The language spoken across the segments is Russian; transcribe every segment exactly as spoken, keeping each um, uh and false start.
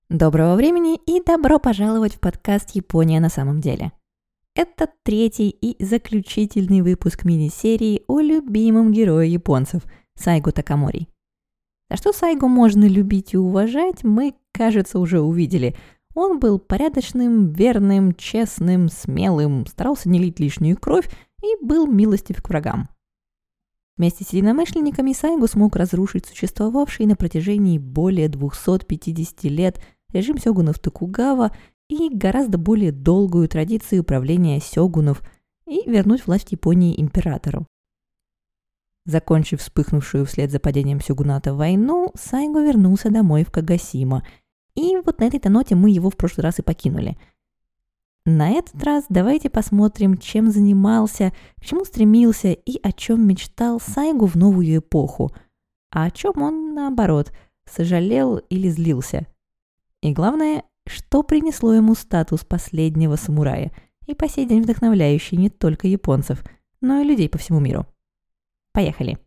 Доброго времени и добро пожаловать в подкаст «Япония на самом деле». Это третий и заключительный выпуск мини-серии о любимом герое японцев – Сайго Такамори. За что Сайго можно любить и уважать, мы, кажется, уже увидели. Он был порядочным, верным, честным, смелым, старался не лить лишнюю кровь и был милостив к врагам. Вместе с единомышленниками Сайго смог разрушить существовавший на протяжении более двухсот пятидесяти лет режим сёгунов Токугава и гораздо более долгую традицию правления сёгунов и вернуть власть Японии императору. Закончив вспыхнувшую вслед за падением сёгуната войну, Сайго вернулся домой в Кагасима, и вот на этой-то ноте мы его в прошлый раз и покинули. На этот раз давайте посмотрим, чем занимался, к чему стремился и о чем мечтал Сайго в новую эпоху, а о чем он, наоборот, сожалел или злился. И главное, что принесло ему статус последнего самурая и по сей день вдохновляющий не только японцев, но и людей по всему миру. Поехали!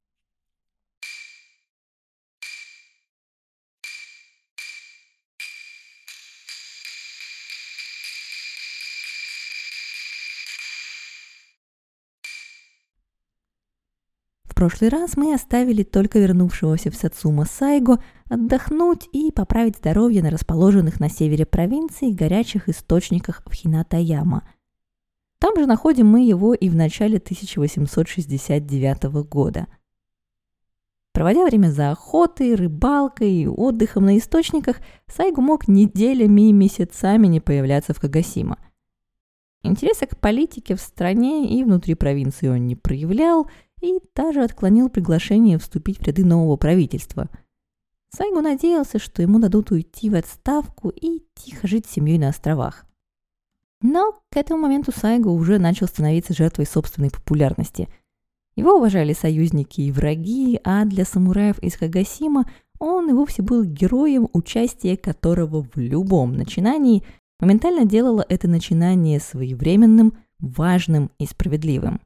В прошлый раз мы оставили только вернувшегося в Сацума Сайго отдохнуть и поправить здоровье на расположенных на севере провинции горячих источниках в Хинатаяма. Там же находим мы его и в начале тысяча восемьсот шестьдесят девятого года. Проводя время за охотой, рыбалкой и отдыхом на источниках, Сайго мог неделями и месяцами не появляться в Кагасима. Интереса к политике в стране и внутри провинции он не проявлял, и даже отклонил приглашение вступить в ряды нового правительства. Сайго надеялся, что ему дадут уйти в отставку и тихо жить с семьей на островах. Но к этому моменту Сайго уже начал становиться жертвой собственной популярности. Его уважали союзники и враги, а для самураев из Кагасима он и вовсе был героем, участия которого в любом начинании моментально делало это начинание своевременным, важным и справедливым.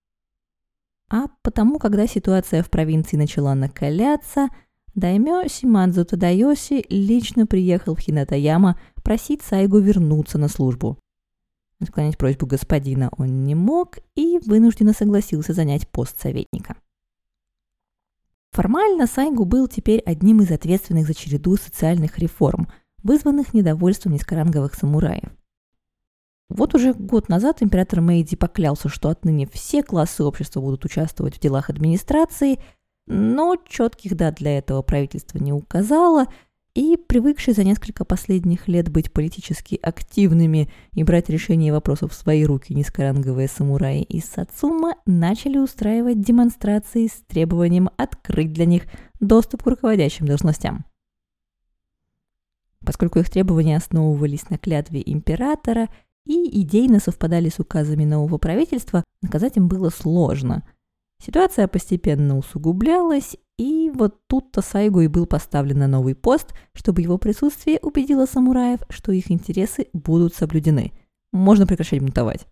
А потому, когда ситуация в провинции начала накаляться, даймё Симадзу Тадайоси лично приехал в Хинатаяма просить Сайго вернуться на службу. Отклонить просьбу господина он не мог и вынужденно согласился занять пост советника. Формально Сайго был теперь одним из ответственных за череду социальных реформ, вызванных недовольством низкоранговых самураев. Вот уже год назад император Мэйдзи поклялся, что отныне все классы общества будут участвовать в делах администрации, но четких дат для этого правительство не указало, и привыкшие за несколько последних лет быть политически активными и брать решение вопросов в свои руки низкоранговые самураи из Сацума начали устраивать демонстрации с требованием открыть для них доступ к руководящим должностям. Поскольку их требования основывались на клятве императора и идейно совпадали с указами нового правительства, наказать им было сложно. Ситуация постепенно усугублялась, и вот тут-то Сайго и был поставлен на новый пост, чтобы его присутствие убедило самураев, что их интересы будут соблюдены. Можно прекращать бунтовать.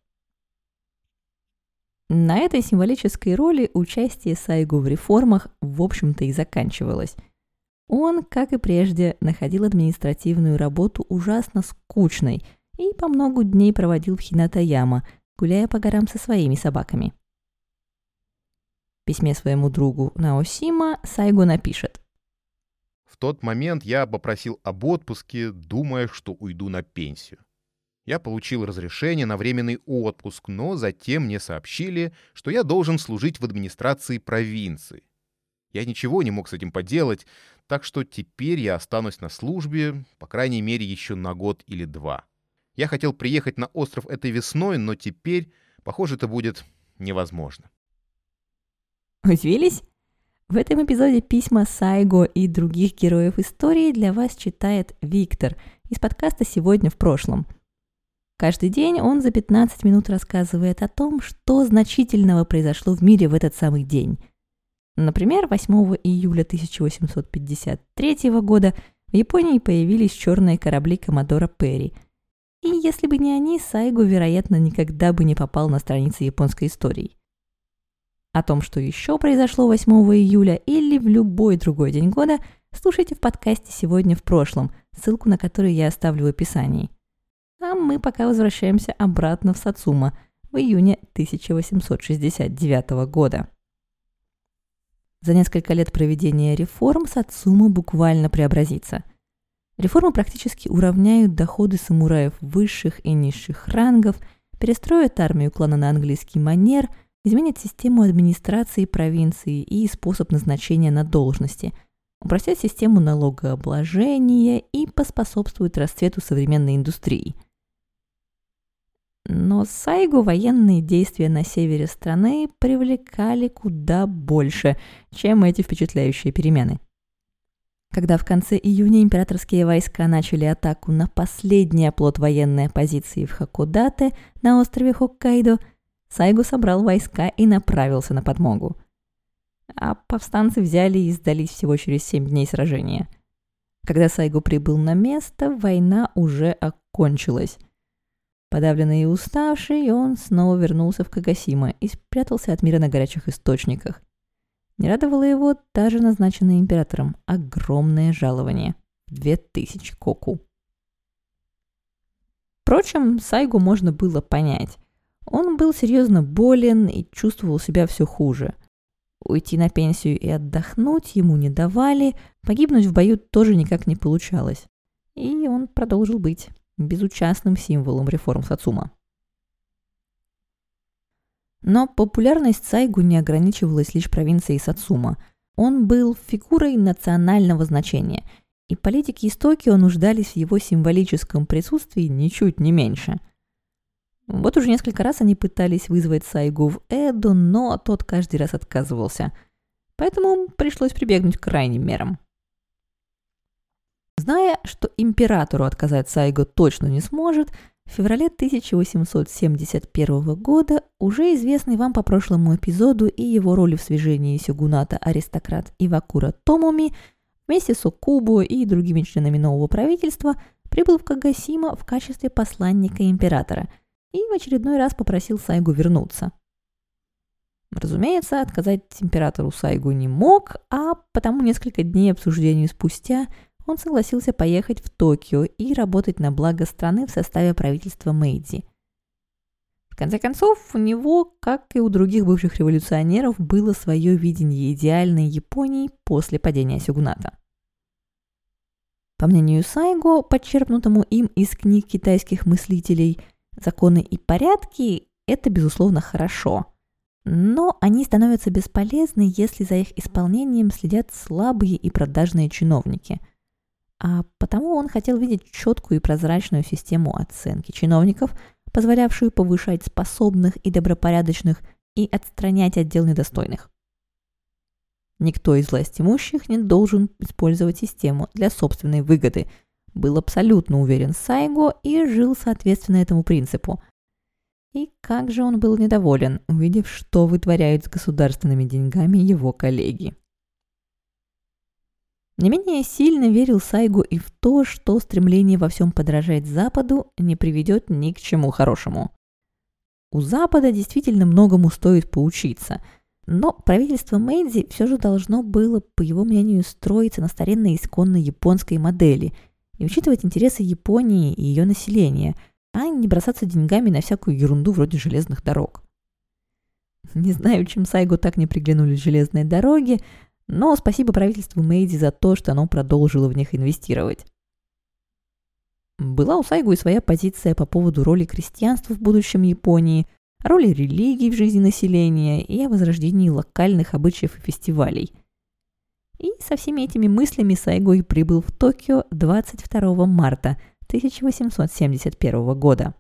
На этой символической роли участие Сайго в реформах, в общем-то, и заканчивалось. Он, как и прежде, находил административную работу ужасно скучной и по много дней проводил в Хинатаяма, гуляя по горам со своими собаками. В письме своему другу Наосима Сайго напишет: «В тот момент я попросил об отпуске, думая, что уйду на пенсию. Я получил разрешение на временный отпуск, но затем мне сообщили, что я должен служить в администрации провинции. Я ничего не мог с этим поделать, так что теперь я останусь на службе, по крайней мере, еще на год или два. Я хотел приехать на остров этой весной, но теперь, похоже, это будет невозможно». Удивились? В этом эпизоде письма Сайго и других героев истории для вас читает Виктор из подкаста «Сегодня в прошлом». Каждый день он за пятнадцать минут рассказывает о том, что значительного произошло в мире в этот самый день. Например, восьмого июля тысяча восемьсот пятьдесят третьего года в Японии появились черные корабли Коммодора Перри. И если бы не они, Сайго, вероятно, никогда бы не попал на страницы японской истории. О том, что еще произошло восьмого июля или в любой другой день года, слушайте в подкасте «Сегодня в прошлом» ссылку на который я оставлю в описании. А мы пока возвращаемся обратно в Сацума в июне тысяча восемьсот шестьдесят девятого года. За несколько лет проведения реформ Сацума буквально преобразится. Реформы практически уравняют доходы самураев высших и низших рангов, перестроят армию клана на английский манер, изменят систему администрации провинции и способ назначения на должности, упростят систему налогообложения и поспособствуют расцвету современной индустрии. Но Сайго военные действия на севере страны привлекали куда больше, чем эти впечатляющие перемены. Когда в конце июня императорские войска начали атаку на последний оплот военной оппозиции в Хакодате на острове Хоккайдо, Сайго собрал войска и направился на подмогу. А повстанцы взяли и сдались всего через семь дней сражения. Когда Сайго прибыл на место, война уже окончилась. Подавленный и уставший, он снова вернулся в Кагосима и спрятался от мира на горячих источниках. Не радовало его даже назначенное императором огромное жалование – две тысячи коку. Впрочем, Сайгу можно было понять. Он был серьезно болен и чувствовал себя все хуже. Уйти на пенсию и отдохнуть ему не давали, погибнуть в бою тоже никак не получалось. И он продолжил быть безучастным символом реформ Сацума. Но популярность Сайгу не ограничивалась лишь провинцией Сацума. Он был фигурой национального значения, и политики из Токио нуждались в его символическом присутствии ничуть не меньше. Вот уже несколько раз они пытались вызвать Сайгу в Эдо, но тот каждый раз отказывался. Поэтому пришлось прибегнуть к крайним мерам. Зная, что императору отказать Сайго точно не сможет, в феврале тысяча восемьсот семьдесят первого года уже известный вам по прошлому эпизоду и его роли в свержении сёгуната аристократ Ивакура Томоми вместе с Окубо и другими членами нового правительства прибыл в Кагосима в качестве посланника императора и в очередной раз попросил Сайгу вернуться. Разумеется, отказать императору Сайгу не мог, а потому несколько дней обсуждений спустя он согласился поехать в Токио и работать на благо страны в составе правительства Мэйдзи. В конце концов, у него, как и у других бывших революционеров, было свое видение идеальной Японии после падения сёгуната. По мнению Сайго, подчеркнутому им из книг китайских мыслителей, законы и порядки – это, безусловно, хорошо. Но они становятся бесполезны, если за их исполнением следят слабые и продажные чиновники. А потому он хотел видеть четкую и прозрачную систему оценки чиновников, позволявшую повышать способных и добропорядочных и отстранять отдел недостойных. Никто из властимущих не должен использовать систему для собственной выгоды, был абсолютно уверен Сайго и жил соответственно этому принципу. И как же он был недоволен, увидев, что вытворяют с государственными деньгами его коллеги. Не менее сильно верил Сайго и в то, что стремление во всем подражать Западу не приведет ни к чему хорошему. У Запада действительно многому стоит поучиться, но правительство Мэйдзи все же должно было, по его мнению, строиться на старинной исконной японской модели и учитывать интересы Японии и ее населения, а не бросаться деньгами на всякую ерунду вроде железных дорог. Не знаю, чем Сайго так не приглянулись железные дороги, но спасибо правительству Мэйдзи за то, что оно продолжило в них инвестировать. Была у Сайго и своя позиция по поводу роли крестьянства в будущем Японии, роли религий в жизни населения и о возрождении локальных обычаев и фестивалей. И со всеми этими мыслями Сайго и прибыл в Токио двадцать второго марта тысяча восемьсот семьдесят первого года.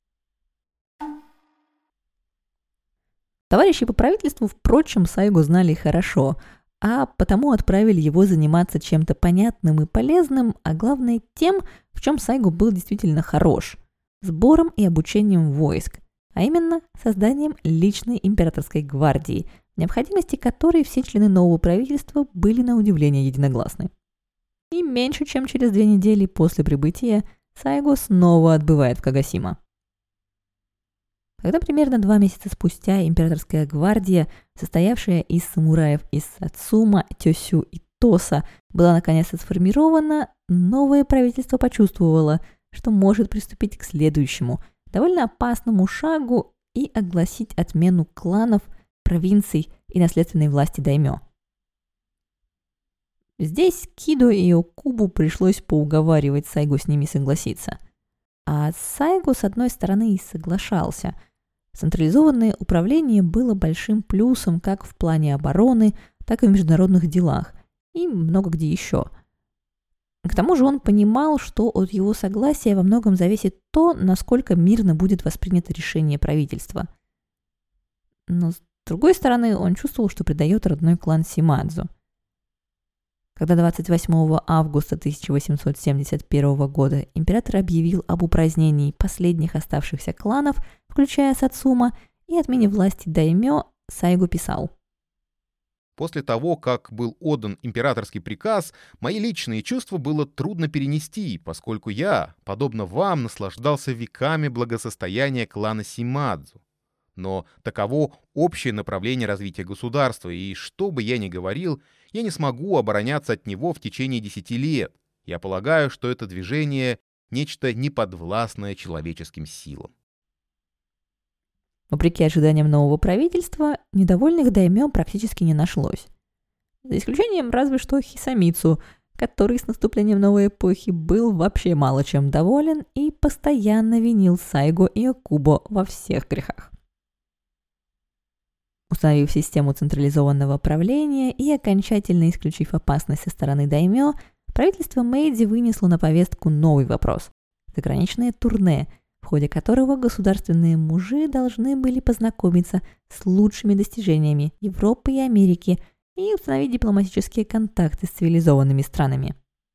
Товарищи по правительству, впрочем, Сайго знали хорошо, а потому отправили его заниматься чем-то понятным и полезным, а главное тем, в чем Сайго был действительно хорош – сбором и обучением войск, а именно созданием личной императорской гвардии, в необходимости которой все члены нового правительства были на удивление единогласны. И меньше чем через две недели после прибытия Сайго снова отбывает в Кагосима. Когда примерно два месяца спустя императорская гвардия, состоявшая из самураев из Сацума, Тёсю и Тоса была наконец-то сформирована, новое правительство почувствовало, что может приступить к следующему, довольно опасному шагу и огласить отмену кланов, провинций и наследственной власти даймё. Здесь Кидо и Окубу пришлось поуговаривать Сайгу с ними согласиться. А Сайгу, с одной стороны, и соглашался. Централизованное управление было большим плюсом как в плане обороны, так и в международных делах, и много где еще. К тому же он понимал, что от его согласия во многом зависит то, насколько мирно будет воспринято решение правительства. Но с другой стороны, он чувствовал, что предает родной клан Симадзу. Когда двадцать восьмого августа тысяча восемьсот семьдесят первого года император объявил об упразднении последних оставшихся кланов, включая Сацума, и отмене власти даймё, Сайгу писал: «После того, как был отдан императорский приказ, мои личные чувства было трудно перенести, поскольку я, подобно вам, наслаждался веками благосостояния клана Симадзу. Но таково общее направление развития государства, и что бы я ни говорил, я не смогу обороняться от него в течение десяти лет. Я полагаю, что это движение — нечто неподвластное человеческим силам». Вопреки ожиданиям нового правительства, недовольных даймё практически не нашлось. За исключением разве что Хисамицу, который с наступлением новой эпохи был вообще мало чем доволен и постоянно винил Сайгу и Окубо во всех грехах. Установив систему централизованного правления и окончательно исключив опасность со стороны даймё, правительство Мэйдзи вынесло на повестку новый вопрос – заграничное турне, в ходе которого государственные мужи должны были познакомиться с лучшими достижениями Европы и Америки и установить дипломатические контакты с цивилизованными странами.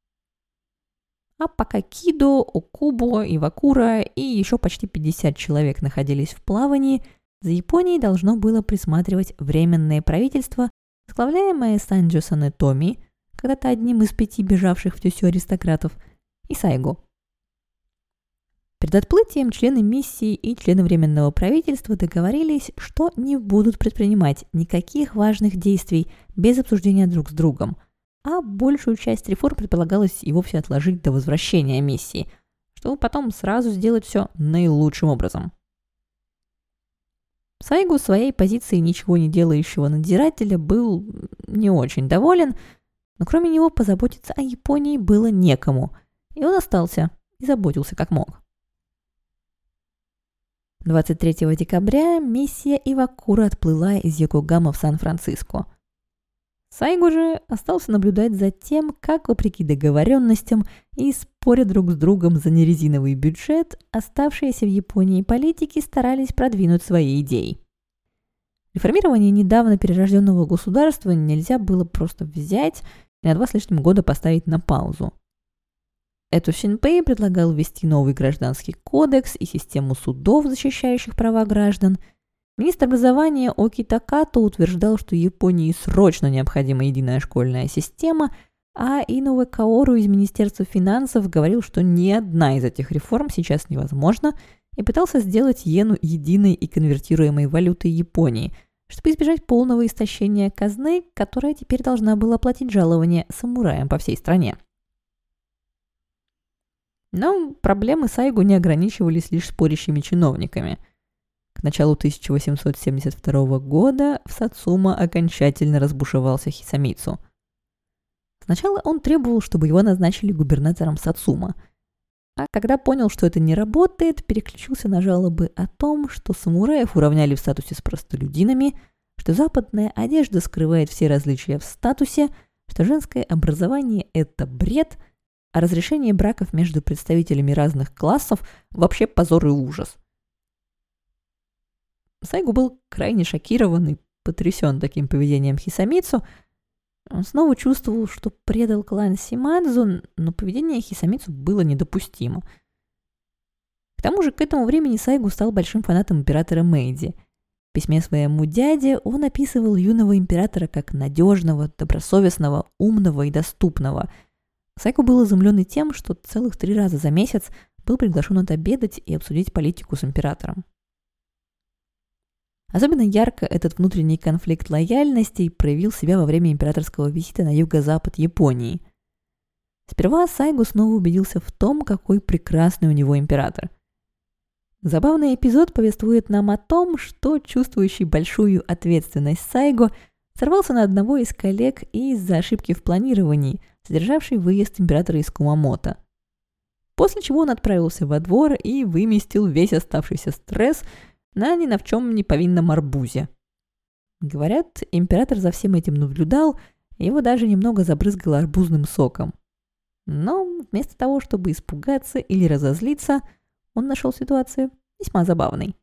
А пока Кидо, Окубо, Ивакура и еще почти пятьдесят человек находились в плавании, за Японией должно было присматривать временное правительство, возглавляемое Санджо Санэтоми, когда-то одним из пяти бежавших в Тюсю аристократов, и Сайгу. Перед отплытием члены миссии и члены Временного правительства договорились, что не будут предпринимать никаких важных действий без обсуждения друг с другом, а большую часть реформ предполагалось и вовсе отложить до возвращения миссии, чтобы потом сразу сделать все наилучшим образом. Сайгу своей позиции ничего не делающего надзирателя был не очень доволен, но кроме него позаботиться о Японии было некому, и он остался и заботился как мог. двадцать третьего декабря миссия Ивакура отплыла из Йокогама в Сан-Франциско. Сайгу же остался наблюдать за тем, как, вопреки договоренностям и споря друг с другом за нерезиновый бюджет, оставшиеся в Японии политики старались продвинуть свои идеи. Реформирование недавно перерожденного государства нельзя было просто взять и на два с лишним года поставить на паузу. Эту Синпэй предлагал ввести новый гражданский кодекс и систему судов, защищающих права граждан. Министр образования Оки Такато утверждал, что Японии срочно необходима единая школьная система, а Иноуэ Каору из Министерства финансов говорил, что ни одна из этих реформ сейчас невозможна, и пытался сделать иену единой и конвертируемой валютой Японии, чтобы избежать полного истощения казны, которая теперь должна была платить жалования самураям по всей стране. Но проблемы Сайгу не ограничивались лишь спорящими чиновниками. К началу тысяча восемьсот семьдесят второго года в Сацума окончательно разбушевался Хисамицу. Сначала он требовал, чтобы его назначили губернатором Сацума, а когда понял, что это не работает, переключился на жалобы о том, что самураев уравняли в статусе с простолюдинами, что западная одежда скрывает все различия в статусе, что женское образование – это бред, а разрешение браков между представителями разных классов – вообще позор и ужас. Сайгу был крайне шокирован и потрясен таким поведением Хисамицу. Он снова чувствовал, что предал клан Симадзу, но поведение Хисамицу было недопустимо. К тому же к этому времени Сайгу стал большим фанатом императора Мэйдзи. В письме своему дяде он описывал юного императора как надежного, добросовестного, умного и доступного. Сайгу был изумлен и тем, что целых три раза за месяц был приглашен отобедать и обсудить политику с императором. Особенно ярко этот внутренний конфликт лояльностей проявил себя во время императорского визита на юго-запад Японии. Сперва Сайго снова убедился в том, какой прекрасный у него император. Забавный эпизод повествует нам о том, что чувствующий большую ответственность Сайго сорвался на одного из коллег из-за ошибки в планировании, задержавшей выезд императора из Кумамото. После чего он отправился во двор и выместил весь оставшийся стресс на ни на в чем не повинном арбузе. Говорят, император за всем этим наблюдал, и его даже немного забрызгало арбузным соком. Но вместо того, чтобы испугаться или разозлиться, он нашел ситуацию весьма забавной.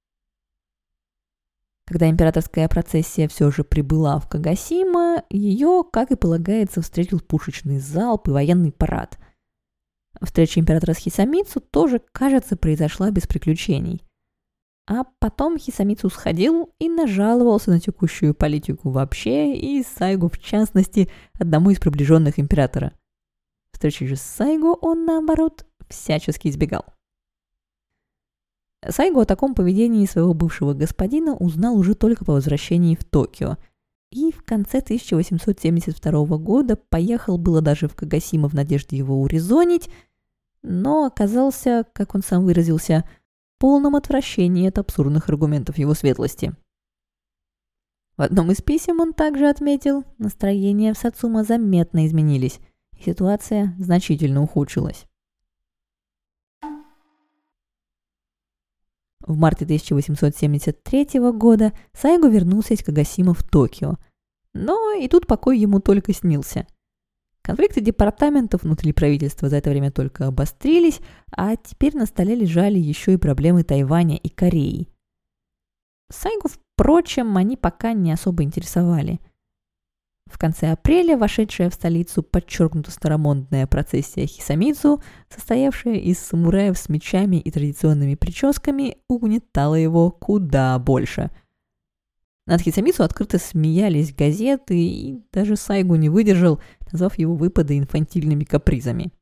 Когда императорская процессия все же прибыла в Кагосима, ее, как и полагается, встретил пушечный залп и военный парад. Встреча императора с Хисамицу тоже, кажется, произошла без приключений. А потом Хисамицу сходил и нажаловался на текущую политику вообще и Сайго в частности одному из приближенных императора. Встречи же с Сайго он, наоборот, всячески избегал. Сайго о таком поведении своего бывшего господина узнал уже только по возвращении в Токио. И в конце тысяча восемьсот семьдесят второго года поехал было даже в Кагосима в надежде его урезонить, но оказался, как он сам выразился, в полном отвращении от абсурдных аргументов его светлости. В одном из писем он также отметил, настроения в Сацума заметно изменились, и ситуация значительно ухудшилась. В марте тысяча восемьсот семьдесят третьего года Сайго вернулся из Кагосима в Токио. Но и тут покой ему только снился. Конфликты департаментов внутри правительства за это время только обострились, а теперь на столе лежали еще и проблемы Тайваня и Кореи. Сайго, впрочем, они пока не особо интересовали. В конце апреля вошедшая в столицу подчеркнуто старомодная процессия Хисамицу, состоявшая из самураев с мечами и традиционными прическами, угнетала его куда больше. Над Хисамицу открыто смеялись газеты, и даже Сайго не выдержал, назвав его выпады инфантильными капризами.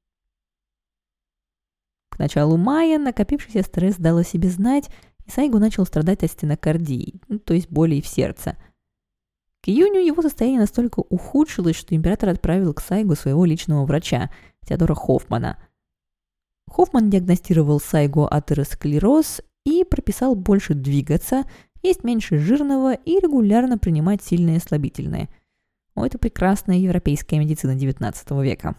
К началу мая накопившийся стресс дал о себе знать, и Сайго начал страдать от стенокардии, ну, то есть болей в сердце. К июню его состояние настолько ухудшилось, что император отправил к Сайго своего личного врача, Теодора Хоффмана. Хоффман диагностировал Сайго атеросклероз и прописал больше двигаться, есть меньше жирного и регулярно принимать сильные слабительные. О, это прекрасная европейская медицина девятнадцатого века.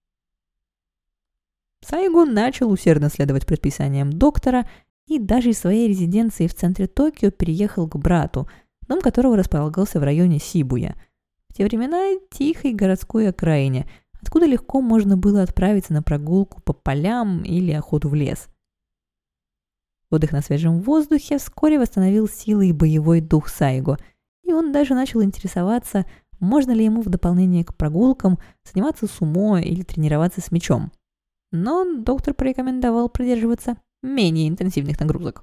Сайго начал усердно следовать предписаниям доктора и даже из своей резиденции в центре Токио переехал к брату, дом которого располагался в районе Сибуя, в те времена тихой городской окраине, откуда легко можно было отправиться на прогулку по полям или охоту в лес. Отдых на свежем воздухе вскоре восстановил силы и боевой дух Сайго, и он даже начал интересоваться, можно ли ему в дополнение к прогулкам заниматься сумо или тренироваться с мечом. Но доктор порекомендовал придерживаться менее интенсивных нагрузок.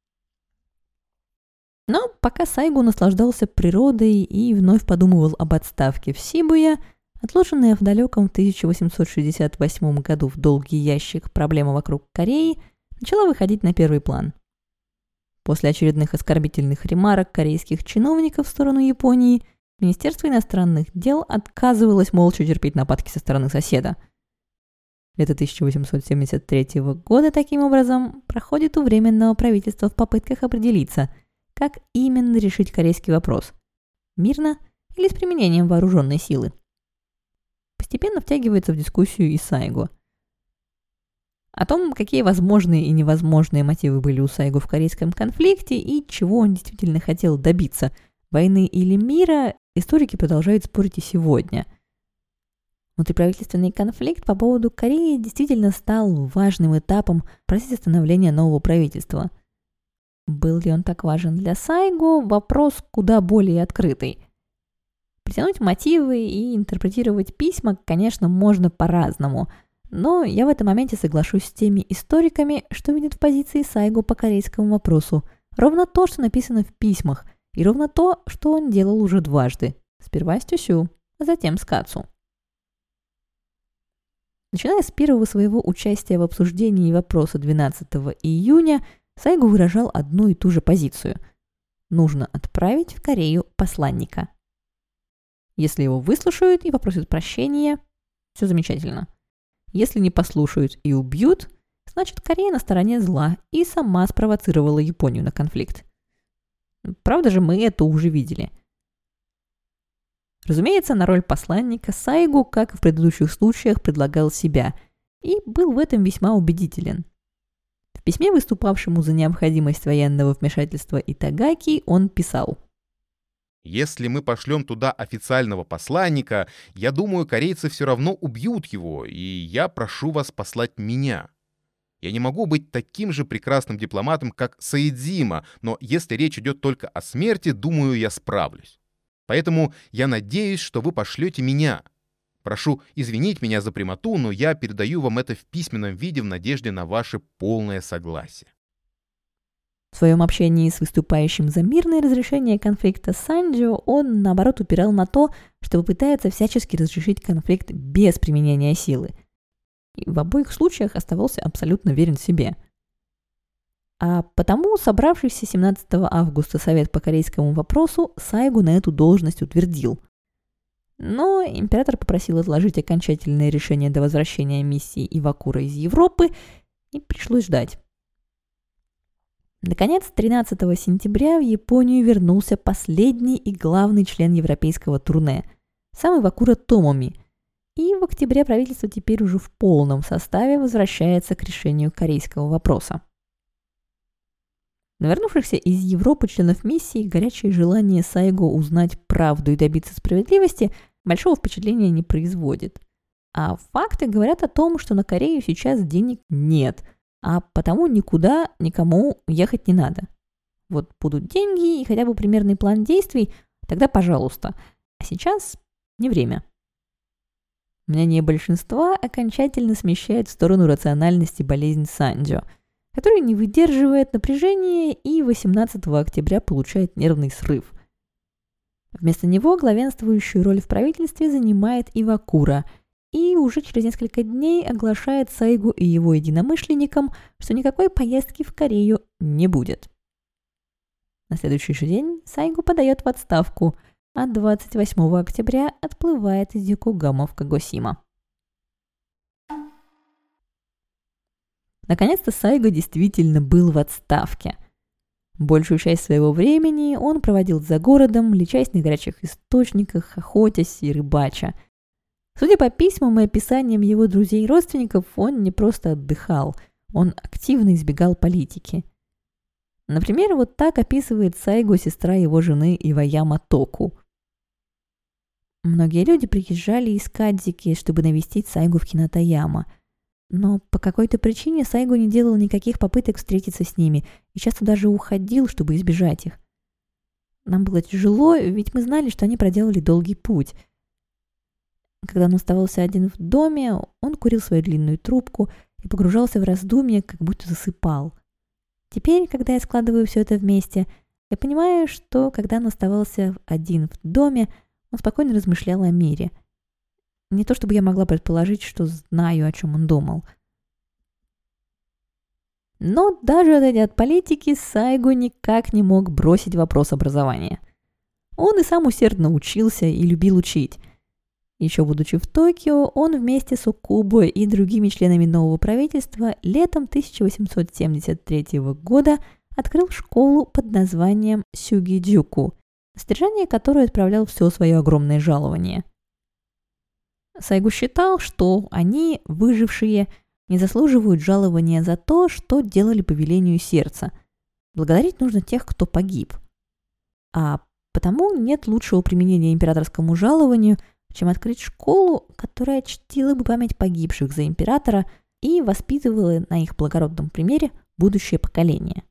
Но пока Сайго наслаждался природой и вновь подумывал об отставке в Сибуя, отложенная в далеком тысяча восемьсот шестьдесят восьмом году в долгий ящик проблема вокруг Кореи начала выходить на первый план. После очередных оскорбительных ремарок корейских чиновников в сторону Японии, Министерство иностранных дел отказывалось молча терпеть нападки со стороны соседа. Лето тысяча восемьсот семьдесят третьего года, таким образом, проходит у Временного правительства в попытках определиться, как именно решить корейский вопрос – мирно или с применением вооруженной силы. Постепенно втягивается в дискуссию и Сайго. О том, какие возможные и невозможные мотивы были у Сайго в корейском конфликте и чего он действительно хотел добиться – войны или мира, историки продолжают спорить и сегодня. Внутриправительственный конфликт по поводу Кореи действительно стал важным этапом в процессе становления нового правительства. Был ли он так важен для Сайго – вопрос куда более открытый. Притянуть мотивы и интерпретировать письма, конечно, можно по-разному, но я в этом моменте соглашусь с теми историками, что видят в позиции Сайго по корейскому вопросу ровно то, что написано в письмах, и ровно то, что он делал уже дважды. Сперва с Тюсю, а затем с Кацу. Начиная с первого своего участия в обсуждении вопроса двенадцатого июня, Сайго выражал одну и ту же позицию. нужно отправить в Корею посланника. Если его выслушают и попросят прощения, все замечательно. Если не послушают и убьют, значит, Корея на стороне зла и сама спровоцировала Японию на конфликт. Правда же, мы это уже видели. Разумеется, на роль посланника Сайгу, как и в предыдущих случаях, предлагал себя и был в этом весьма убедителен. В письме, выступавшему за необходимость военного вмешательства Итагаки, он писал: «Если мы пошлем туда официального посланника, я думаю, корейцы все равно убьют его, и я прошу вас послать меня. Я не могу быть таким же прекрасным дипломатом, как Саидзима, но если речь идет только о смерти, думаю, я справлюсь. Поэтому я надеюсь, что вы пошлете меня. Прошу извинить меня за прямоту, но я передаю вам это в письменном виде в надежде на ваше полное согласие». В своем общении с выступающим за мирное разрешение конфликта Санджио он, наоборот, упирал на то, что попытается всячески разрешить конфликт без применения силы. И в обоих случаях оставался абсолютно верен себе. А потому собравшийся семнадцатого августа Совет по корейскому вопросу Сайгу на эту должность утвердил. Но император попросил отложить окончательное решение до возвращения миссии Ивакура из Европы, и пришлось ждать. Наконец, тринадцатого сентября в Японию вернулся последний и главный член европейского турне, сам Ивакура Томоми, и в октябре правительство теперь уже в полном составе возвращается к решению корейского вопроса. На вернувшихся из Европы членов миссии горячее желание Сайго узнать правду и добиться справедливости большого впечатления не производит. А факты говорят о том, что на Корею сейчас денег нет, а потому никуда никому ехать не надо. Вот будут деньги и хотя бы примерный план действий, тогда пожалуйста. А сейчас не время. Мнение большинства окончательно смещает в сторону рациональности болезнь Санджио, который не выдерживает напряжения и восемнадцатого октября получает нервный срыв. Вместо него главенствующую роль в правительстве занимает Ивакура, и уже через несколько дней оглашает Сайгу и его единомышленникам, что никакой поездки в Корею не будет. На следующий же день Сайгу подает в отставку, а двадцать восьмого октября отплывает из Йокогама в Кагосима. Наконец-то Сайго действительно был в отставке. Большую часть своего времени он проводил за городом, лечась на горячих источниках, охотясь и рыбача. Судя по письмам и описаниям его друзей и родственников, он не просто отдыхал, он активно избегал политики. Например, вот так описывает Сайго сестра его жены Иваяма Току. Многие люди приезжали из Кадзики, чтобы навестить Сайгу в Хинатаяма. Но по какой-то причине Сайго не делал никаких попыток встретиться с ними и часто даже уходил, чтобы избежать их. Нам было тяжело, ведь мы знали, что они проделали долгий путь. Когда он оставался один в доме, он курил свою длинную трубку и погружался в раздумья, как будто засыпал. Теперь, когда я складываю все это вместе, я понимаю, что когда он оставался один в доме, он спокойно размышлял о мире. Не то чтобы я могла предположить, что знаю, о чем он думал. Но даже отойдя от политики, Сайго никак не мог бросить вопрос образования. Он и сам усердно учился и любил учить. Еще будучи в Токио, он вместе с Окубо и другими членами нового правительства летом тысяча восемьсот семьдесят третьего года открыл школу под названием Сюгидзюку, на содержание которой отправлял все свое огромное жалование. Сайго считал, что они, выжившие, не заслуживают жалования за то, что делали по велению сердца. Благодарить нужно тех, кто погиб. А потому нет лучшего применения императорскому жалованию, чем открыть школу, которая чтила бы память погибших за императора и воспитывала на их благородном примере будущее поколение.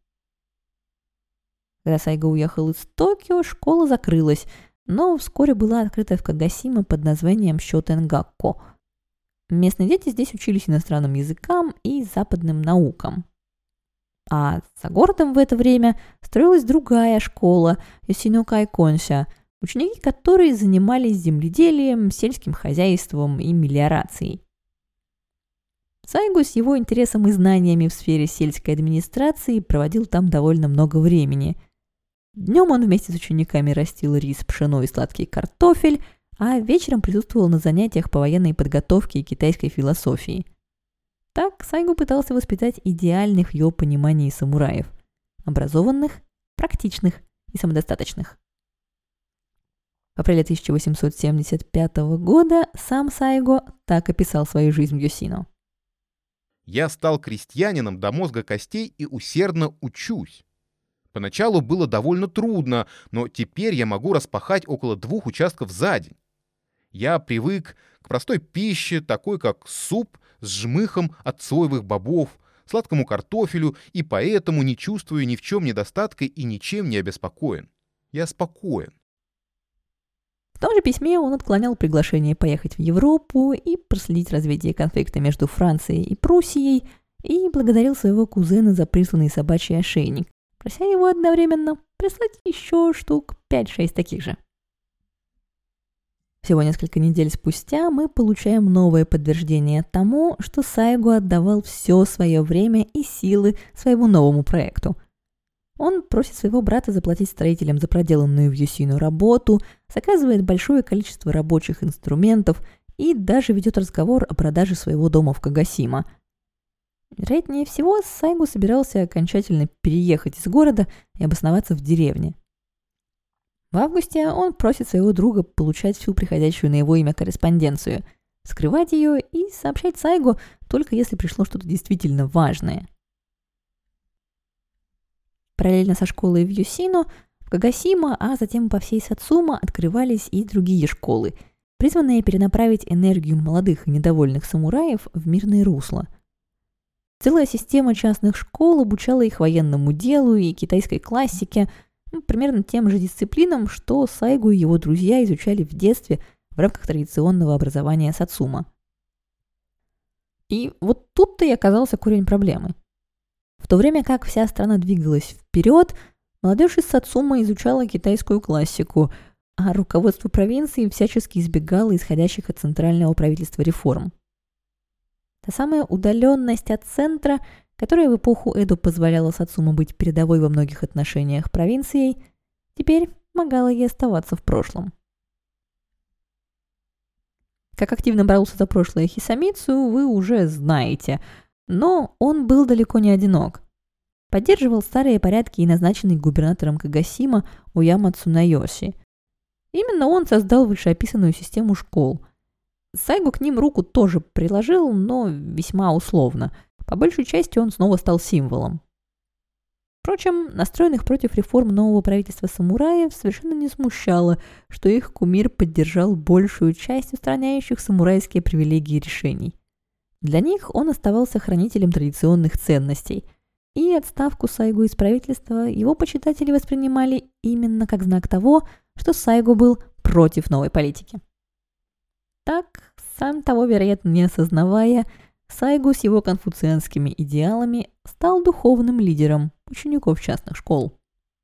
Когда Сайго уехал из Токио, школа закрылась, но вскоре была открыта в Кагосима под названием Шотенгакко. Местные дети здесь учились иностранным языкам и западным наукам. А за городом в это время строилась другая школа Йосинокай-Конся, ученики которой занимались земледелием, сельским хозяйством и мелиорацией. Сайго с его интересом и знаниями в сфере сельской администрации проводил там довольно много времени. Днем он вместе с учениками растил рис, пшено и сладкий картофель, а вечером присутствовал на занятиях по военной подготовке и китайской философии. Так Сайгу пытался воспитать идеальных в его понимании самураев – образованных, практичных и самодостаточных. В апреле тысяча восемьсот семьдесят пятого года сам Сайго так описал свою жизнь в Йосино. «Я стал крестьянином до мозга костей и усердно учусь. Поначалу было довольно трудно, но теперь я могу распахать около двух участков за день. Я привык к простой пище, такой как суп с жмыхом от соевых бобов, сладкому картофелю, и поэтому не чувствую ни в чем недостатка и ничем не обеспокоен. Я спокоен». В том же письме он отклонял приглашение поехать в Европу и проследить развитие конфликта между Францией и Пруссией и благодарил своего кузена за присланный собачий ошейник, прося его одновременно прислать еще штук пять-шесть таких же. Всего несколько недель спустя мы получаем новое подтверждение тому, что Сайго отдавал все свое время и силы своему новому проекту. Он просит своего брата заплатить строителям за проделанную в Йосино работу, заказывает большое количество рабочих инструментов и даже ведет разговор о продаже своего дома в Кагосима. Вероятнее всего, Сайго собирался окончательно переехать из города и обосноваться в деревне. В августе он просит своего друга получать всю приходящую на его имя корреспонденцию, скрывать ее и сообщать Сайго только если пришло что-то действительно важное. Параллельно со школой в Йосино, в Кагосима, а затем по всей Сацума открывались и другие школы, призванные перенаправить энергию молодых и недовольных самураев в мирное русло. Целая система частных школ обучала их военному делу и китайской классике, ну, примерно тем же дисциплинам, что Сайгу и его друзья изучали в детстве в рамках традиционного образования Сацума. И вот тут-то и оказался корень проблемы. В то время как вся страна двигалась вперед, молодежь из Сацума изучала китайскую классику, а руководство провинции всячески избегало исходящих от центрального правительства реформ. Та самая удаленность от центра, которая в эпоху Эдо позволяла Сацума быть передовой во многих отношениях провинцией, теперь помогала ей оставаться в прошлом. Как активно боролся за прошлое Хисамицу, вы уже знаете – но он был далеко не одинок. Поддерживал старые порядки и назначенный губернатором Кагосима Ояма Цунайоси. Именно он создал вышеописанную систему школ. Сайго к ним руку тоже приложил, но весьма условно. По большей части он снова стал символом. Впрочем, настроенных против реформ нового правительства самураев совершенно не смущало, что их кумир поддержал большую часть устраняющих самурайские привилегии решений. Для них он оставался хранителем традиционных ценностей, и отставку Сайго из правительства его почитатели воспринимали именно как знак того, что Сайго был против новой политики. Так, сам того, вероятно, не осознавая, Сайго с его конфуцианскими идеалами стал духовным лидером учеников частных школ.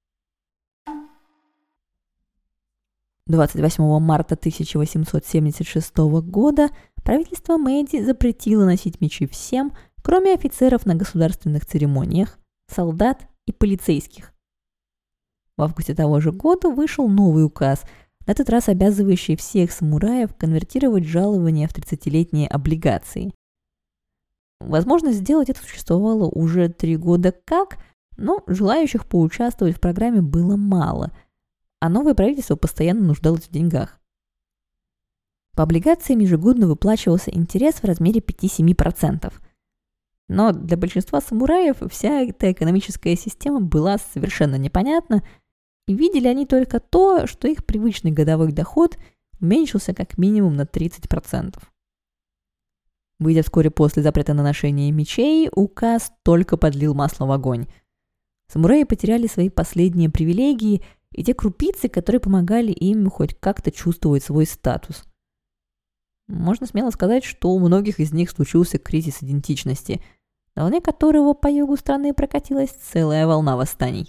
двадцать восьмого марта тысяча восемьсот семьдесят шестого года правительство Мэйдзи запретило носить мечи всем, кроме офицеров на государственных церемониях, солдат и полицейских. В августе того же года вышел новый указ, на этот раз обязывающий всех самураев конвертировать жалования в тридцатилетние облигации. Возможность сделать это существовало уже три года как, но желающих поучаствовать в программе было мало – а новое правительство постоянно нуждалось в деньгах. По облигациям ежегодно выплачивался интерес в размере пять-семь процентов. Но для большинства самураев вся эта экономическая система была совершенно непонятна, и видели они только то, что их привычный годовой доход уменьшился как минимум на тридцать процентов. Выйдя вскоре после запрета на ношение мечей, указ только подлил масло в огонь. Самураи потеряли свои последние привилегии и те крупицы, которые помогали им хоть как-то чувствовать свой статус. Можно смело сказать, что у многих из них случился кризис идентичности, на волне которого по югу страны прокатилась целая волна восстаний.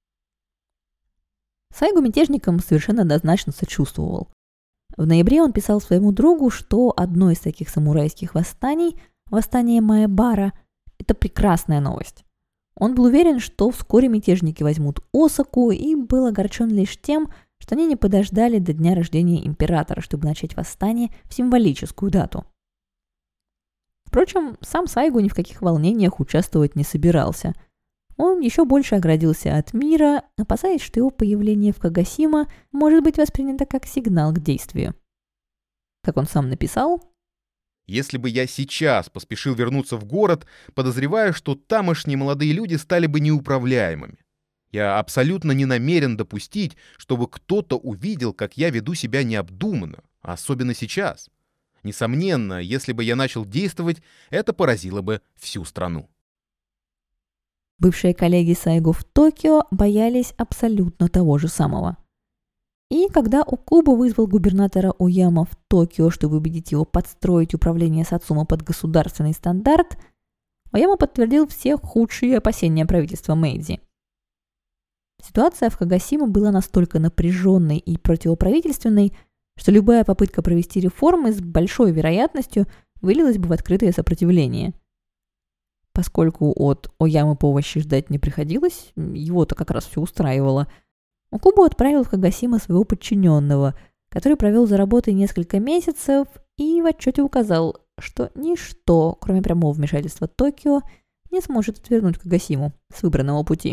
Сайго мятежникам совершенно однозначно сочувствовал. В ноябре он писал своему другу, что одно из таких самурайских восстаний, восстание Маэбара, это прекрасная новость. Он был уверен, что вскоре мятежники возьмут Осаку, и был огорчен лишь тем, что они не подождали до дня рождения императора, чтобы начать восстание в символическую дату. Впрочем, сам Сайго ни в каких волнениях участвовать не собирался. Он еще больше оградился от мира, опасаясь, что его появление в Кагосима может быть воспринято как сигнал к действию. Как он сам написал: «Если бы я сейчас поспешил вернуться в город, подозреваю, что тамошние молодые люди стали бы неуправляемыми. Я абсолютно не намерен допустить, чтобы кто-то увидел, как я веду себя необдуманно, особенно сейчас. Несомненно, если бы я начал действовать, это поразило бы всю страну». Бывшие коллеги Сайго в Токио боялись абсолютно того же самого. И когда Окуба вызвал губернатора Ояма в Токио, чтобы убедить его подстроить управление Сацума под государственный стандарт, Ояма подтвердил все худшие опасения правительства Мэйдзи. Ситуация в Кагосима была настолько напряженной и противоправительственной, что любая попытка провести реформы с большой вероятностью вылилась бы в открытое сопротивление. Поскольку от Оямы помощи ждать не приходилось, его-то как раз все устраивало, Окубу отправил в Кагосима своего подчиненного, который провел за работой несколько месяцев и в отчете указал, что ничто, кроме прямого вмешательства Токио, не сможет отвернуть Кагосиму с выбранного пути.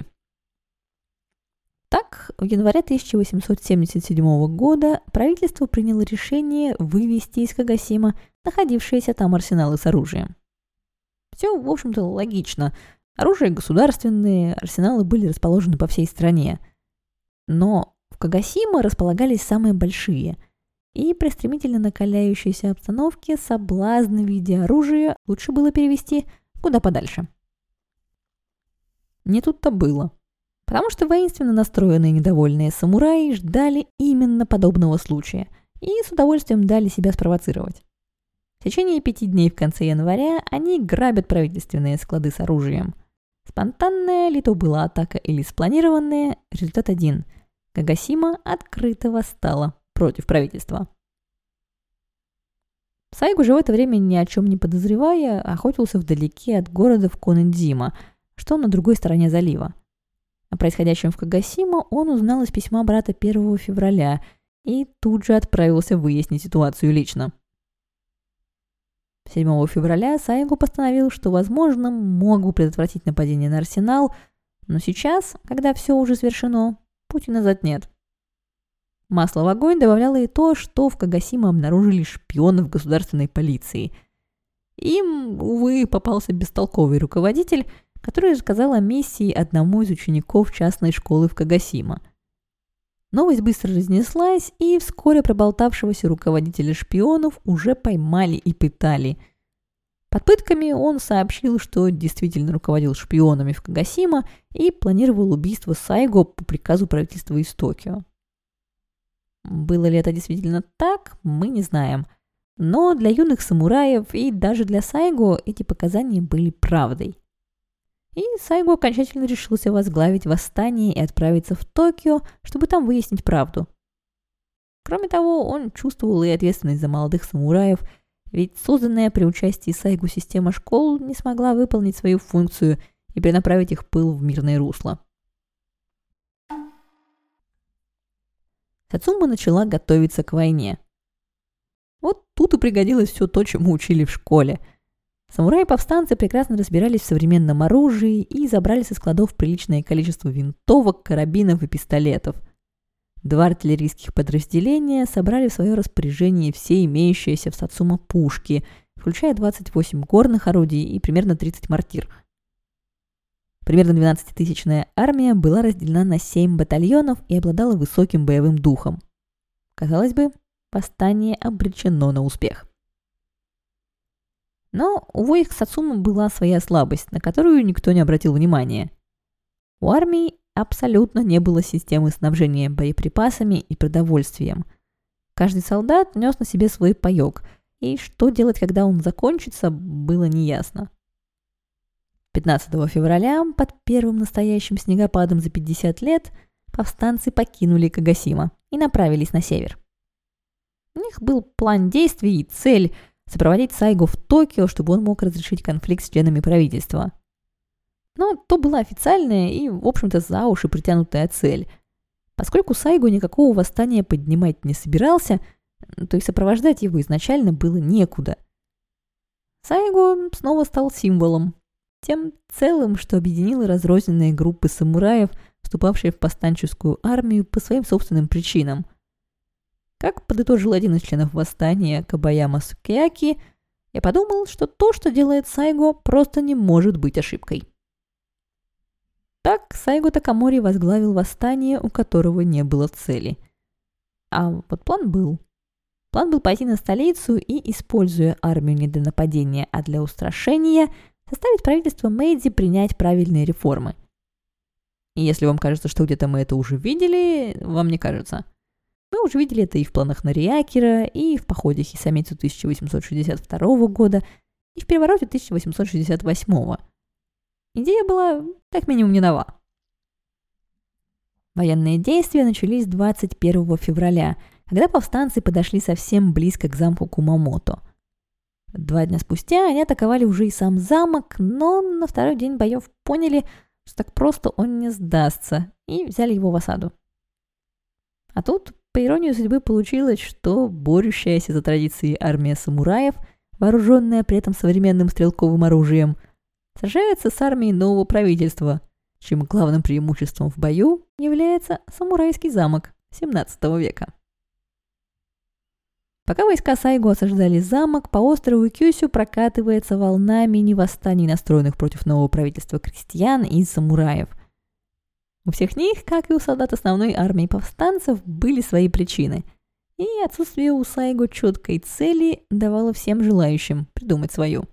Так, в январе тысяча восемьсот семьдесят седьмого года правительство приняло решение вывести из Кагосима находившиеся там арсеналы с оружием. Все, в общем-то, логично. Оружие государственное, арсеналы были расположены по всей стране. Но в Кагосима располагались самые большие, и при стремительно накаляющейся обстановке соблазн в виде оружия лучше было перевести куда подальше. Не тут-то было. Потому что воинственно настроенные недовольные самураи ждали именно подобного случая и с удовольствием дали себя спровоцировать. В течение пяти дней в конце января они грабят правительственные склады с оружием. Спонтанная ли то была атака или спланированная, результат один. Кагосима открыто восстала против правительства. Сайго же в это время, ни о чем не подозревая, охотился вдалеке от города в Конэдзима, что на другой стороне залива. О происходящем в Кагосима он узнал из письма брата первого февраля и тут же отправился выяснить ситуацию лично. седьмого февраля Сайго постановил, что, возможно, мог бы предотвратить нападение на арсенал, но сейчас, когда все уже совершено, пути назад нет. Масло в огонь добавляло и то, что в Кагосима обнаружили шпионов государственной полиции. Им, увы, попался бестолковый руководитель, который рассказал о миссии одному из учеников частной школы в Кагосима. Новость быстро разнеслась, и вскоре проболтавшегося руководителя шпионов уже поймали и пытали. Под пытками он сообщил, что действительно руководил шпионами в Кагосима и планировал убийство Сайго по приказу правительства из Токио. Было ли это действительно так, мы не знаем. Но для юных самураев и даже для Сайго эти показания были правдой. И Сайго окончательно решился возглавить восстание и отправиться в Токио, чтобы там выяснить правду. Кроме того, он чувствовал и ответственность за молодых самураев, ведь созданная при участии Сайго система школ не смогла выполнить свою функцию и перенаправить их пыл в мирное русло. Сацума начала готовиться к войне. Вот тут и пригодилось все то, чему учили в школе. Самураи-повстанцы прекрасно разбирались в современном оружии и забрали со складов приличное количество винтовок, карабинов и пистолетов. Два артиллерийских подразделения собрали в свое распоряжение все имеющиеся в Сацума пушки, включая двадцать восемь горных орудий и примерно тридцать мортир. Примерно двенадцатитысячная армия была разделена на семь батальонов и обладала высоким боевым духом. Казалось бы, восстание обречено на успех. Но у войск Сацума была своя слабость, на которую никто не обратил внимания. У армии абсолютно не было системы снабжения боеприпасами и продовольствием. Каждый солдат нес на себе свой паёк, и что делать, когда он закончится, было неясно. пятнадцатого февраля, под первым настоящим снегопадом за пятьдесят лет, повстанцы покинули Кагосима и направились на север. У них был план действий и цель – сопроводить Сайго в Токио, чтобы он мог разрешить конфликт с членами правительства. Но то была официальная и, в общем-то, за уши притянутая цель. Поскольку Сайго никакого восстания поднимать не собирался, то и сопровождать его изначально было некуда. Сайго снова стал символом, тем целым, что объединило разрозненные группы самураев, вступавшие в повстанческую армию по своим собственным причинам. Как подытожил один из членов восстания Кабаяма Сукияки, я подумал, что то, что делает Сайго, просто не может быть ошибкой. Так Сайго Такамори возглавил восстание, у которого не было цели. А вот план был. План был пойти на столицу и, используя армию не для нападения, а для устрашения, заставить правительство Мэйдзи принять правильные реформы. И если вам кажется, что где-то мы это уже видели, вам не кажется. Мы уже видели это и в планах Нориакера, и в походе Хисамицу тысяча восемьсот шестьдесят второго года, и в перевороте тысяча восемьсот шестьдесят восьмого. Идея была как минимум не нова. Военные действия начались двадцать первого февраля, когда повстанцы подошли совсем близко к замку Кумамото. Два дня спустя они атаковали уже и сам замок, но на второй день боев поняли, что так просто он не сдастся, и взяли его в осаду. А тут, по иронии судьбы, получилось, что борющаяся за традиции армия самураев, вооруженная при этом современным стрелковым оружием, сражается с армией нового правительства, чьим главным преимуществом в бою является самурайский замок семнадцатого века. Пока войска Сайго осаждали замок, по острову Кюсю прокатывается волна мини-восстаний, настроенных против нового правительства крестьян и самураев. У всех них, как и у солдат основной армии повстанцев, были свои причины, и отсутствие у Сайго четкой цели давало всем желающим придумать свою.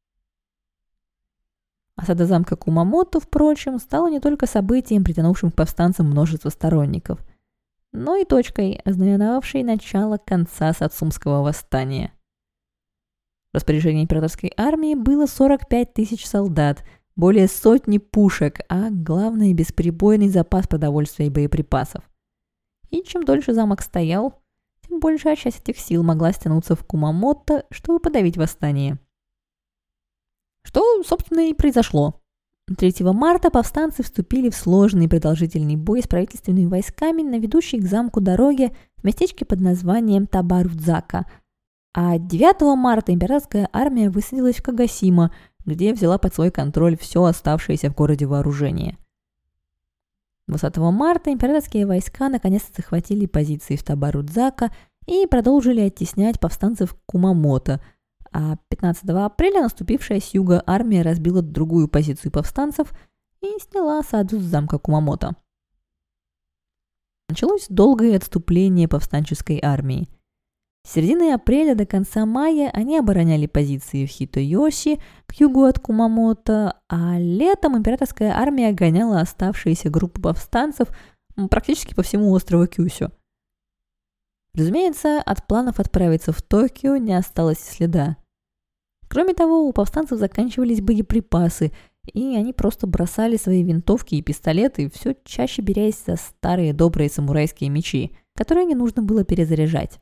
Осада замка Кумамото, впрочем, стала не только событием, притянувшим к повстанцам множество сторонников, но и точкой, ознаменовавшей начало конца Сацумского восстания. В распоряжении императорской армии было сорок пять тысяч солдат, более сотни пушек, а главное – бесперебойный запас продовольствия и боеприпасов. И чем дольше замок стоял, тем большая часть этих сил могла стянуться в Кумамото, чтобы подавить восстание. Что, собственно, и произошло. третьего марта повстанцы вступили в сложный и продолжительный бой с правительственными войсками на ведущей к замку дороге в местечке под названием Табарудзака, а девятого марта императорская армия высадилась в Кагасима, где взяла под свой контроль все оставшееся в городе вооружение. двадцатого марта императорские войска наконец-то захватили позиции в Табарудзака и продолжили оттеснять повстанцев к Кумамото, а пятнадцатого апреля наступившая с юга армия разбила другую позицию повстанцев и сняла осаду с замка Кумамото. Началось долгое отступление повстанческой армии. С середины апреля до конца мая они обороняли позиции в Хитойоси к югу от Кумамото, а летом императорская армия гоняла оставшиеся группы повстанцев практически по всему острову Кюсю. Разумеется, от планов отправиться в Токио не осталось и следа. Кроме того, у повстанцев заканчивались боеприпасы, и они просто бросали свои винтовки и пистолеты, все чаще берясь за старые добрые самурайские мечи, которые не нужно было перезаряжать.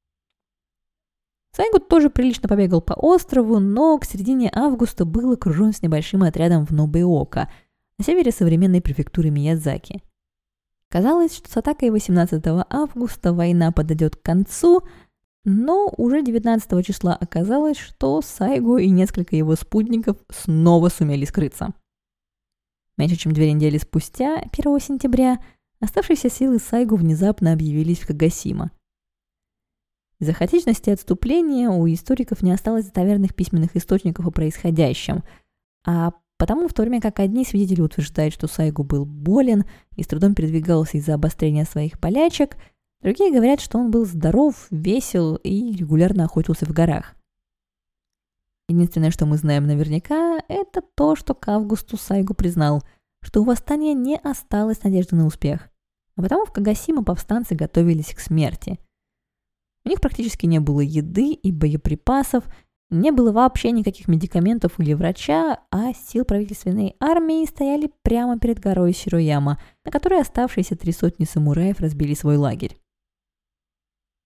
Сайго тоже прилично побегал по острову, но к середине августа был окружен с небольшим отрядом в Нобеока, на севере современной префектуры Миядзаки. Казалось, что с атакой восемнадцатого августа война подойдет к концу, но уже девятнадцатого числа оказалось, что Сайго и несколько его спутников снова сумели скрыться. Меньше чем две недели спустя, первого сентября, оставшиеся силы Сайго внезапно объявились в Кагасима. Из-за хаотичности отступления у историков не осталось достоверных письменных источников о происходящем, а потому, в то время как одни свидетели утверждают, что Сайго был болен и с трудом передвигался из-за обострения своих болячек, другие говорят, что он был здоров, весел и регулярно охотился в горах. Единственное, что мы знаем наверняка, это то, что к августу Сайго признал, что у восстания не осталось надежды на успех, а потому в Кагасима повстанцы готовились к смерти. У них практически не было еды и боеприпасов, не было вообще никаких медикаментов или врача, а сил правительственной армии стояли прямо перед горой Сирояма, на которой оставшиеся три сотни самураев разбили свой лагерь.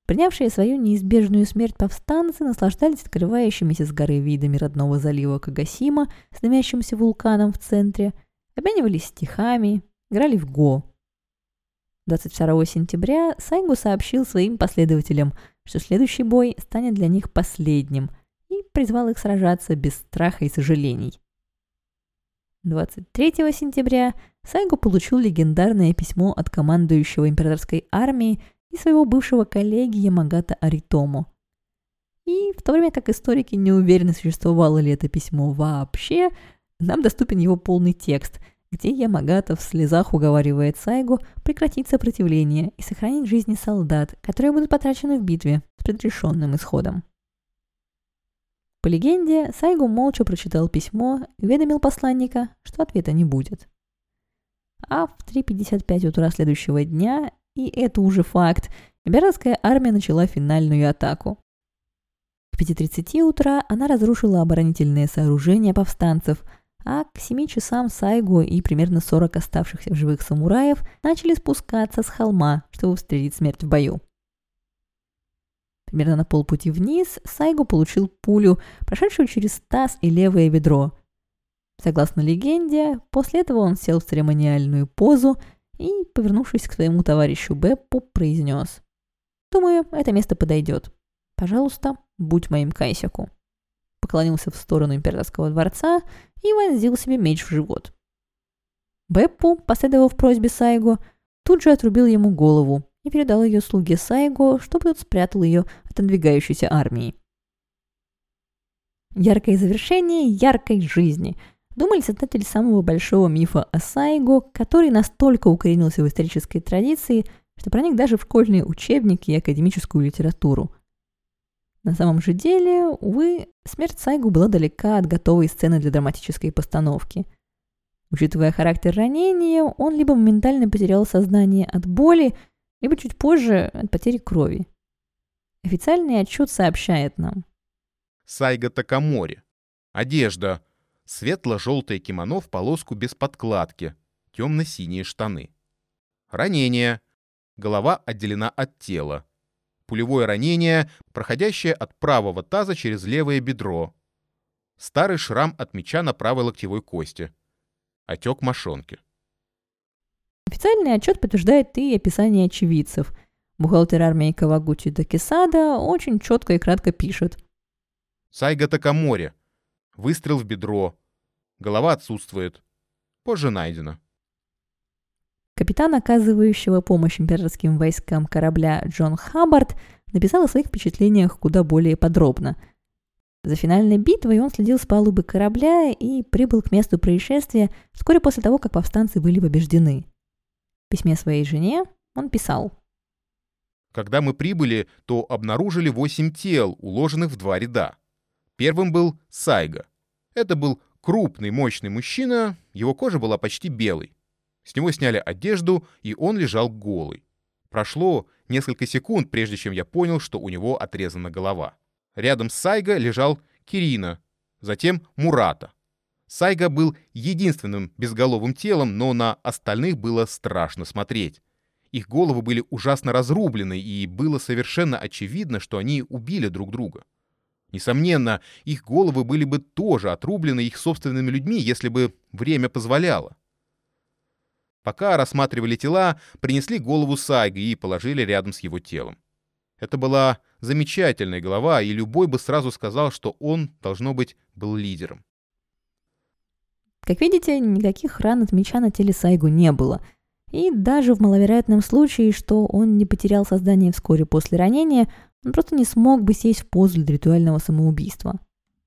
Принявшие свою неизбежную смерть повстанцы наслаждались открывающимися с горы видами родного залива Кагосима с дымящимся вулканом в центре, обменивались стихами, играли в го. двадцать второго сентября Сайго сообщил своим последователям, что следующий бой станет для них последним, и призвал их сражаться без страха и сожалений. двадцать третьего сентября Сайго получил легендарное письмо от командующего императорской армией и своего бывшего коллеги Ямагата Аритому. И в то время как историки не уверены, существовало ли это письмо вообще, нам доступен его полный текст, где Ямагата в слезах уговаривает Сайго прекратить сопротивление и сохранить жизни солдат, которые будут потрачены в битве с предрешенным исходом. По легенде, Сайго молча прочитал письмо и уведомил посланника, что ответа не будет. А в три пятьдесят пять утра следующего дня, и это уже факт, императорская армия начала финальную атаку. К пяти тридцати утра она разрушила оборонительные сооружения повстанцев, а к семи часам Сайго и примерно сорок оставшихся в живых самураев начали спускаться с холма, чтобы встретить смерть в бою. Примерно на полпути вниз Сайго получил пулю, прошедшую через таз и левое бедро. Согласно легенде, после этого он сел в церемониальную позу и, повернувшись к своему товарищу Беппу, произнес: «Думаю, это место подойдет. Пожалуйста, будь моим кайсяку». Поклонился в сторону императорского дворца и вонзил себе меч в живот. Беппу, последовав просьбе Сайго, тут же отрубил ему голову и передал ее слуге Сайго, чтобы тот спрятал ее от надвигающейся армии. Яркое завершение яркой жизни, думали создатели самого большого мифа о Сайго, который настолько укоренился в исторической традиции, что проник даже в школьные учебники и академическую литературу. На самом же деле, увы, смерть Сайго была далека от готовой сцены для драматической постановки. Учитывая характер ранения, он либо моментально потерял сознание от боли, либо чуть позже от потери крови. Официальный отчет сообщает нам: Сайго Такамори. Одежда. Светло-желтое кимоно в полоску без подкладки. Темно-синие штаны. Ранение. Голова отделена от тела. Пулевое ранение, проходящее от правого таза через левое бедро. Старый шрам от меча на правой локтевой кости. Отек мошонки. Официальный отчет подтверждает и описание очевидцев. Бухгалтер армии Кавагути Докисада очень четко и кратко пишет: Сайго Такамори. Выстрел в бедро. Голова отсутствует. Позже найдено. Капитан, оказывающего помощь императорским войскам корабля Джон Хаббард, написал о своих впечатлениях куда более подробно. За финальной битвой он следил с палубы корабля и прибыл к месту происшествия вскоре после того, как повстанцы были побеждены. В письме своей жене он писал: Когда мы прибыли, то обнаружили восемь тел, уложенных в два ряда. Первым был Сайго. Это был крупный, мощный мужчина, его кожа была почти белой. С него сняли одежду, и он лежал голый. Прошло несколько секунд, прежде чем я понял, что у него отрезана голова. Рядом с Сайго лежал Кирина, затем Мурата. Сайго был единственным безголовым телом, но на остальных было страшно смотреть. Их головы были ужасно разрублены, и было совершенно очевидно, что они убили друг друга. Несомненно, их головы были бы тоже отрублены их собственными людьми, если бы время позволяло. Пока рассматривали тела, принесли голову Сайго и положили рядом с его телом. Это была замечательная голова, и любой бы сразу сказал, что он, должно быть, был лидером. Как видите, никаких ран от меча на теле Сайго не было. И даже в маловероятном случае, что он не потерял сознание вскоре после ранения, он просто не смог бы сесть в позу для ритуального самоубийства.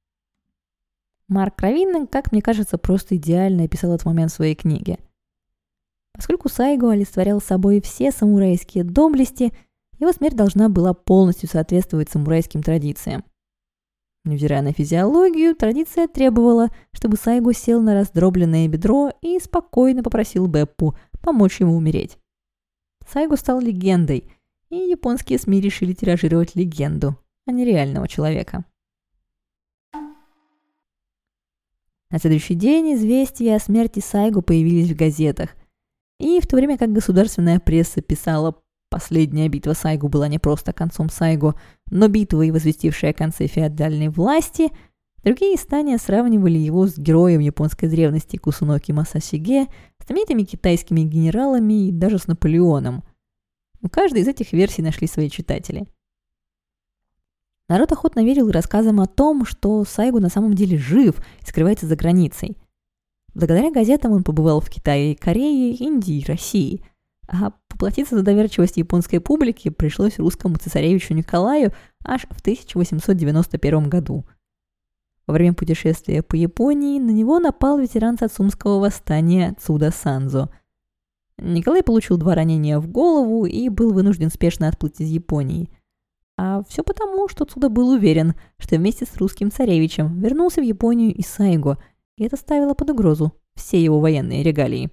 Марк Кровинный, как мне кажется, просто идеально описал этот момент в своей книге. Поскольку Сайго олицетворял собой все самурайские доблести, его смерть должна была полностью соответствовать самурайским традициям. Невзирая на физиологию, традиция требовала, чтобы Сайго сел на раздробленное бедро и спокойно попросил Беппу помочь ему умереть. Сайго стал легендой, и японские СМИ решили тиражировать легенду, а не реального человека. На следующий день известия о смерти Сайго появились в газетах. И в то время как государственная пресса писала Последняя битва Сайгу была не просто концом Сайгу, но битвой, возвестившей о конце феодальной власти. Другие издания сравнивали его с героем японской древности Кусуноки Масасиге, знаменитыми китайскими генералами и даже с Наполеоном. У каждой из этих версий нашли свои читатели. Народ охотно верил рассказам о том, что Сайгу на самом деле жив и скрывается за границей. Благодаря газетам он побывал в Китае и Корее, Индии и России. А поплатиться за доверчивость японской публики пришлось русскому цесаревичу Николаю аж в тысяча восемьсот девяносто первом году. Во время путешествия по Японии на него напал ветеран Сацумского восстания Цуда Санзо. Николай получил два ранения в голову и был вынужден спешно отплыть из Японии. А все потому, что Цуда был уверен, что вместе с русским царевичем вернулся в Японию и Сайго, и это ставило под угрозу все его военные регалии.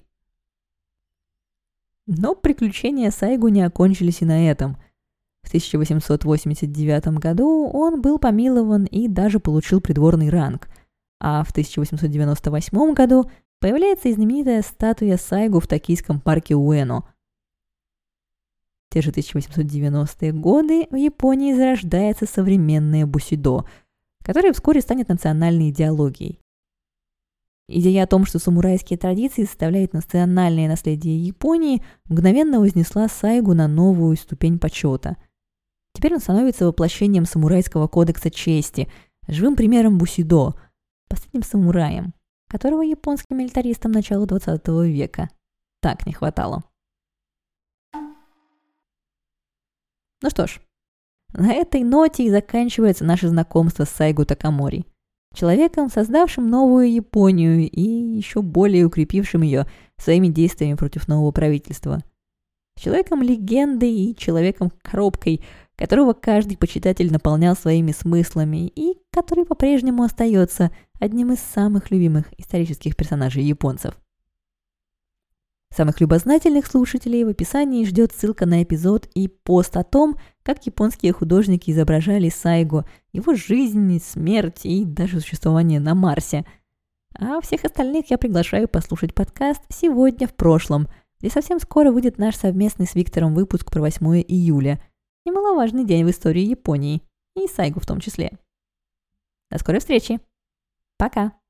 Но приключения Сайгу не окончились и на этом. В тысяча восемьсот восемьдесят девятом году он был помилован и даже получил придворный ранг, а в тысяча восемьсот девяносто восьмом году появляется и знаменитая статуя Сайгу в токийском парке Уэно. В те же тысяча восемьсот девяностые годы в Японии зарождается современное бусидо, которое вскоре станет национальной идеологией. Идея о том, что самурайские традиции составляют национальное наследие Японии, мгновенно вознесла Сайгу на новую ступень почета. Теперь он становится воплощением самурайского кодекса чести, живым примером бусидо, последним самураем, которого японским милитаристам начала двадцатого века так не хватало. Ну что ж, на этой ноте и заканчивается наше знакомство с Сайгу Такамори, человеком, создавшим новую Японию и еще более укрепившим ее своими действиями против нового правительства. Человеком-легендой и человеком-коробкой, которого каждый почитатель наполнял своими смыслами и который по-прежнему остается одним из самых любимых исторических персонажей японцев. Самых любознательных слушателей в описании ждет ссылка на эпизод и пост о том, как японские художники изображали Сайгу, его жизнь, смерть и даже существование на Марсе. А всех остальных я приглашаю послушать подкаст «Сегодня в прошлом», где совсем скоро выйдет наш совместный с Виктором выпуск про восьмое июля. Немаловажный день в истории Японии, и Сайгу в том числе. До скорой встречи. Пока.